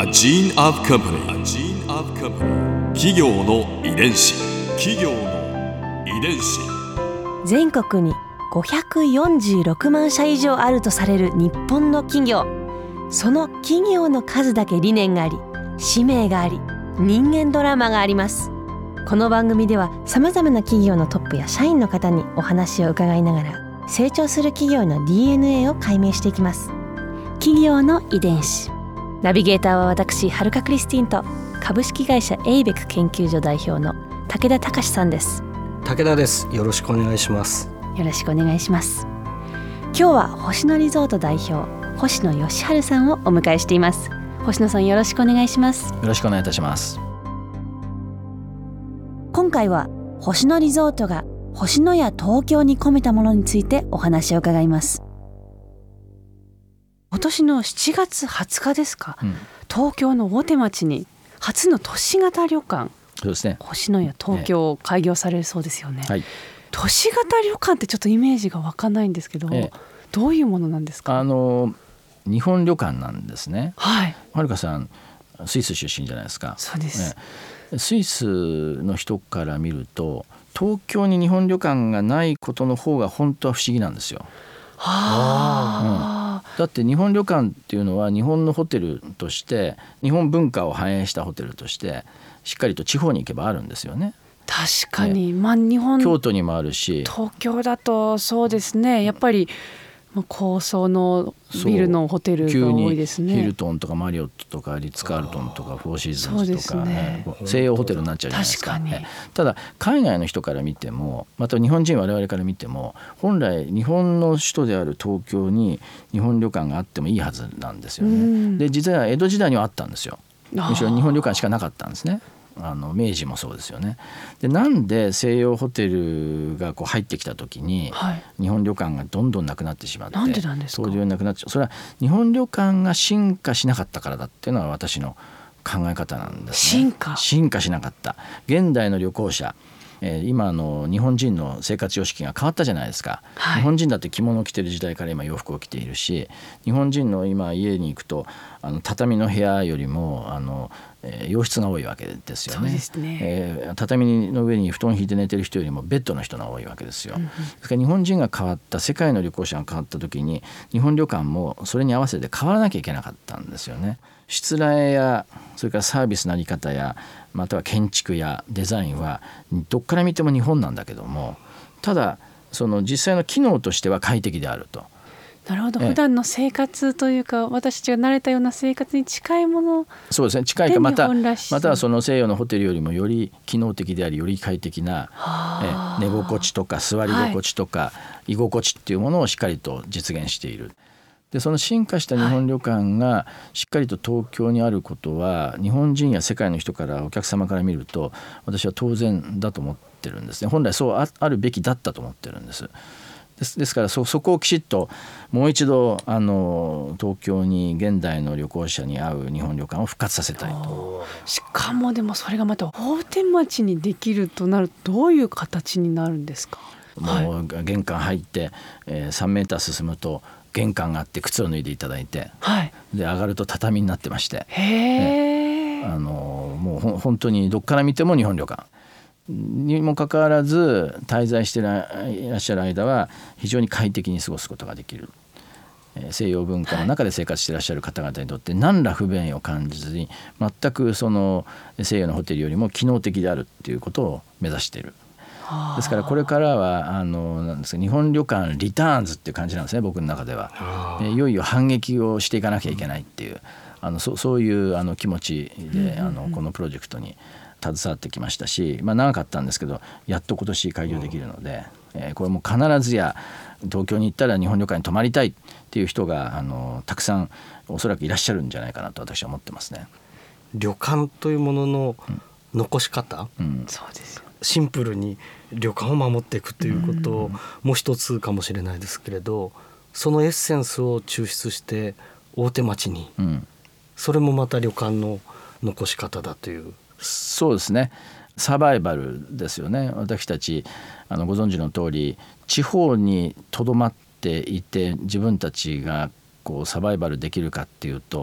gene of company.企業の遺伝子。 全国に546万社以上あるとされる日本の企業。その企業の数だけ理念があり、使命があり、人間ドラマがあります。この番組ではさまざまな企業のトップや社員の方にお話を伺いながら、成長する企業の DNA を解明していきます。企業の遺伝子。ナビゲーターは私、はるかクリスティンと株式会社エイベック研究所代表の武田隆さんです。 武田です。よろしくお願いします。 よろしくお願いします。今日は星野リゾート代表、星野義治さんをお迎えしています。星野さん、よろしくお願いします。 よろしくお願いいたします。 今回は星野リゾートが星野や東京に込めたものについてお話を伺います。今年の7月20日ですか、東京の大手町に初の都市型旅館、 そうですね、 星野や東京を開業されるそうですよね。 はい、 都市型旅館ってちょっとイメージが湧かないんですけど、どういうものなんですか？ 日本旅館なんですね。 はい。 はるかさんスイス出身じゃないですか。 そうです。 スイスの人から見ると東京に日本旅館がないことの方が本当は不思議なんですよ。だって日本旅館っていうのは日本のホテルとして日本文化を反映したホテルとしてしっかりと地方に行けばあるんですよね。 確かに、日本京都にもあるし、 東京だとそうですね、やっぱり高層のビルのホテルが多いですね。 急にヒルトンとかマリオットとかリッツカールトンとかフォーシーズンズとか、西洋ホテルになっちゃうじゃないですか。 確かに。 ただ海外の人から見ても、また日本人我々から見ても、本来日本の首都である東京に日本旅館があってもいいはずなんですよね。で実は江戸時代にはあったんですよ。むしろ日本旅館しかなかったんですね。明治もそうですよね。でなんで西洋ホテルが入ってきた時に、日本旅館がどんどんなくなってしまって、 なんでなんですか？ そういうなくなっちゃう。それは日本旅館が進化しなかったからだっていうのは私の考え方なんですね。進化しなかった。現代の旅行者、今の日本人の生活様式が変わったじゃないですか。日本人だって着物を着てる時代から今洋服を着ているし、日本人の今家に行くと畳の部屋よりも洋室が多いわけですよね。 そうですね。 畳の上に布団を引いて寝てる人よりもベッドの人が多いわけですよ。ですから日本人が変わった、世界の旅行者が変わった時に日本旅館もそれに合わせて変わらなきゃいけなかったんですよね。しつらえやそれからサービスのあり方やまたは建築やデザインはどっから見ても日本なんだけども、ただその実際の機能としては快適であると。 なるほど。普段の生活というか、私たちが慣れたような生活に近いもの。 そうですね、近いか、またはその西洋のホテルよりもより機能的でありより快適な寝心地とか座り心地とか居心地っていうものをしっかりと実現している。でその進化した日本旅館がしっかりと東京にあることは、日本人や世界の人からお客様から見ると私は当然だと思ってるんですね。本来そうあるべきだったと思ってるんです。ですからそこをきちっともう一度東京に現代の旅行者に合う日本旅館を復活させたいと。 しかもでもそれがまた大手町にできるとなるとどういう形になるんですか？ もう玄関入って、3メーター進むと玄関があって靴を脱いでいただいて、で上がると畳になってまして、もう本当にどっから見ても日本旅館にもかかわらず滞在していらっしゃる間は非常に快適に過ごすことができる。西洋文化の中で生活していらっしゃる方々にとって何ら不便を感じずに、全くその西洋のホテルよりも機能的であるっていうことを目指している。ですからこれからはなんですか、日本旅館リターンズっていう感じなんですね、僕の中では。いよいよ反撃をしていかなきゃいけないっていうそういう気持ちでこのプロジェクトに携わってきましたし、長かったんですけどやっと今年開業できるので、これも必ずや東京に行ったら日本旅館に泊まりたいっていう人がたくさんおそらくいらっしゃるんじゃないかなと私は思ってますね。 旅館というものの残し方、 そうですよ。 シンプルに旅館を守っていくということも一つかもしれないですけれど、そのエッセンスを抽出して大手町に、それもまた旅館の残し方だという。 そうですね、サバイバルですよね。私たちご存知の通り地方にとどまっていて自分たちがサバイバルできるかっていうと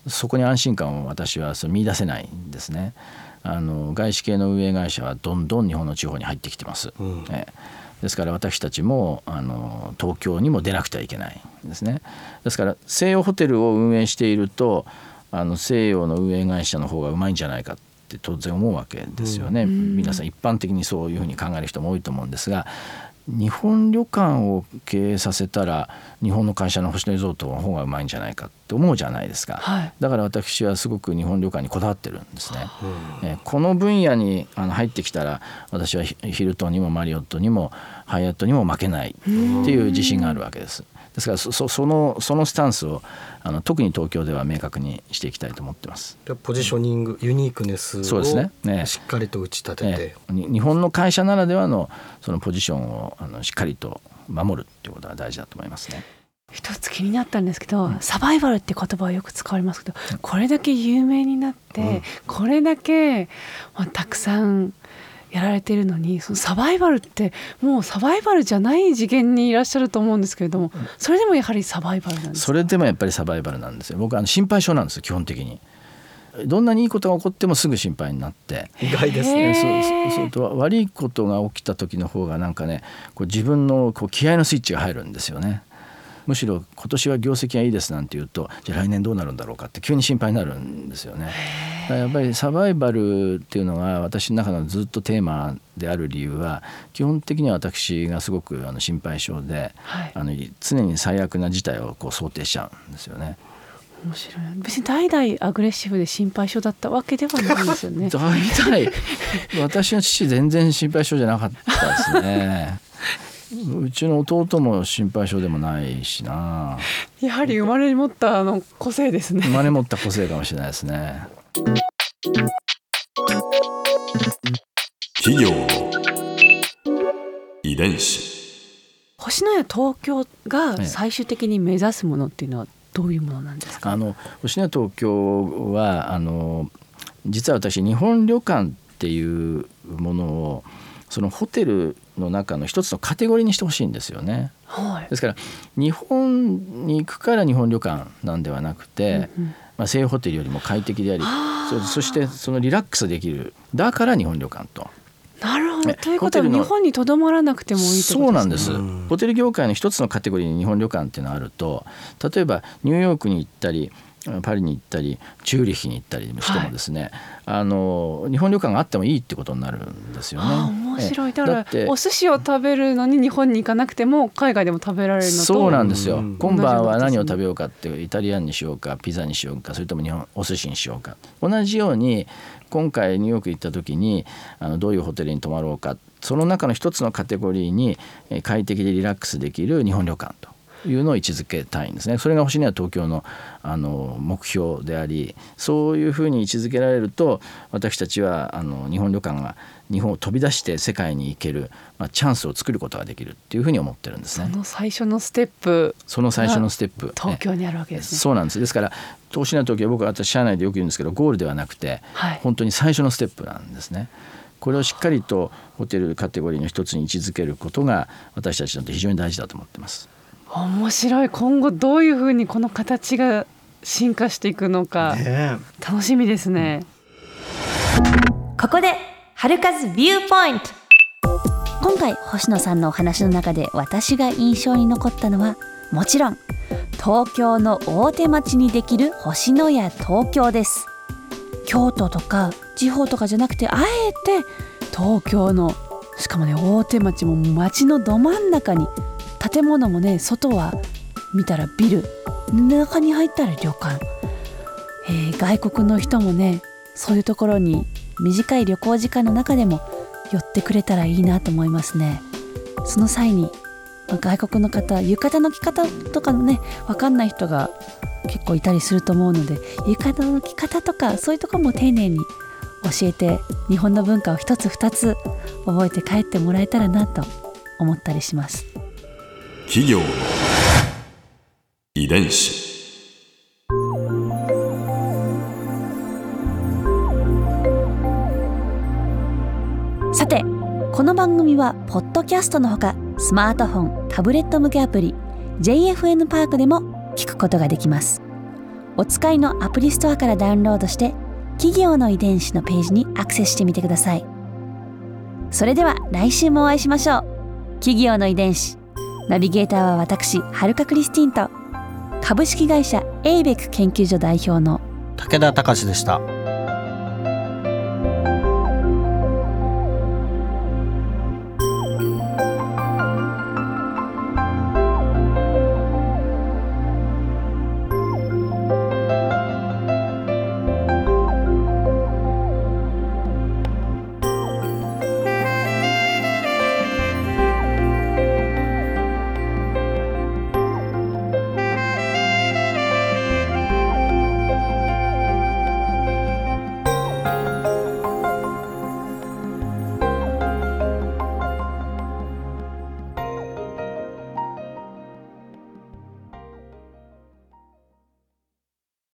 そこに安心感を私は見出せないんですね。外資系の運営会社はどんどん日本の地方に入ってきてます、ですから私たちも東京にも出なくてはいけないんですね。ですから西洋ホテルを運営していると西洋の運営会社の方がうまいんじゃないかって当然思うわけですよね、皆さん一般的にそういうふうに考える人も多いと思うんですが、日本旅館を経営させたら日本の会社の星野リゾートの方がうまいんじゃないかって思うじゃないですか、だから私はすごく日本旅館にこだわってるんですね、この分野に入ってきたら私はヒルトンにもマリオットにもハイアットにも負けないっていう自信があるわけです。ですからそのスタンスを特に東京では明確にしていきたいと思ってます。 ポジショニング、ユニークネスをしっかりと打ち立てて、 日本の会社ならではのそのポジションをしっかりと守るっていうことが大事だと思いますね。 一つ気になったんですけど、サバイバルって言葉はよく使われますけど、これだけ有名になって、これだけ、たくさんやられているのに、そのサバイバルってもうサバイバルじゃない次元にいらっしゃると思うんですけれども、それでもやはりサバイバルなんですか？ それでもやっぱりサバイバルなんですよ。僕は心配性なんですよ、基本的に。どんなにいいことが起こってもすぐ心配になって、 意外ですね。 そうと悪いことが起きた時の方がなんかね、自分の気合のスイッチが入るんですよね。むしろ今年は業績がいいですなんて言うと、じゃあ来年どうなるんだろうかって急に心配になるんですよね。やっぱりサバイバルっていうのが私の中のずっとテーマである理由は、基本的には私がすごく心配性で、常に最悪な事態を想定しちゃうんですよね。 面白い。別に代々アグレッシブで心配性だったわけではないんですよね。 代々私の父全然心配性じゃなかったですね。うちの弟も心配性でもないしな。 やはり生まれ持った個性ですね。 生まれ持った個性かもしれないですね。 企業の遺伝子。 星野や東京が最終的に目指すものっていうのはどういうものなんですか？ 星野東京は実は私日本旅館っていうものをそのホテルの中の一つのカテゴリーにしてほしいんですよね、ですから日本に行くから日本旅館なんではなくて、西洋ホテルよりも快適であり、そしてそのリラックスできる、だから日本旅館と。 なるほど。ということは日本にとどまらなくてもいいってことですね。 そうなんです、ホテル業界の一つのカテゴリーに日本旅館っていうのがあると、例えばニューヨークに行ったりパリに行ったりチューリッヒに行ったりしてもですね、日本旅館があってもいいってことになるんですよね。 面白い。だからお寿司を食べるのに日本に行かなくても海外でも食べられるのと。 そうなんですよ、今晩は何を食べようかって、イタリアンにしようかピザにしようか、それともお寿司にしようか。同じように今回ニューヨーク行った時にどういうホテルに泊まろうか、その中の一つのカテゴリーに快適でリラックスできる日本旅館というのを位置づけたいんですね。それが星野や東京の目標であり、そういうふうに位置づけられると私たちは日本旅館が日本を飛び出して世界に行ける、チャンスを作ることができるっていうふうに思ってるんですね。 その最初のステップ東京にあるわけですね。 そうなんです。ですから星野や東京は私社内でよく言うんですけど、ゴールではなくて、本当に最初のステップなんですね。これをしっかりとホテルカテゴリーの一つに位置づけることが私たちにとって非常に大事だと思ってます。 面白い。今後どういうふうにこの形が進化していくのか楽しみですね。ここで春風ビューポイント。今回星野さんのお話の中で私が印象に残ったのは、もちろん東京の大手町にできる星野や東京です。京都とか地方とかじゃなくて、あえて東京の、しかもね大手町も町のど真ん中に、建物もね外は見たらビル、中に入ったら旅館、外国の人もねそういうところに短い旅行時間の中でも寄ってくれたらいいなと思いますね。その際に外国の方、浴衣の着方とかね分かんない人が結構いたりすると思うので、浴衣の着方とかそういうところも丁寧に教えて、日本の文化を一つ二つ覚えて帰ってもらえたらなと思ったりします。 企業の遺伝子。 さて、この番組はポッドキャストのほか、スマートフォン、タブレット向けアプリ JFN パークでも聞くことができます。 お使いのアプリストアからダウンロードして企業の遺伝子のページにアクセスしてみてください。それでは来週もお会いしましょう。企業の遺伝子、ナビゲーターは私はるかクリスティンと株式会社エイベック研究所代表の武田隆でした。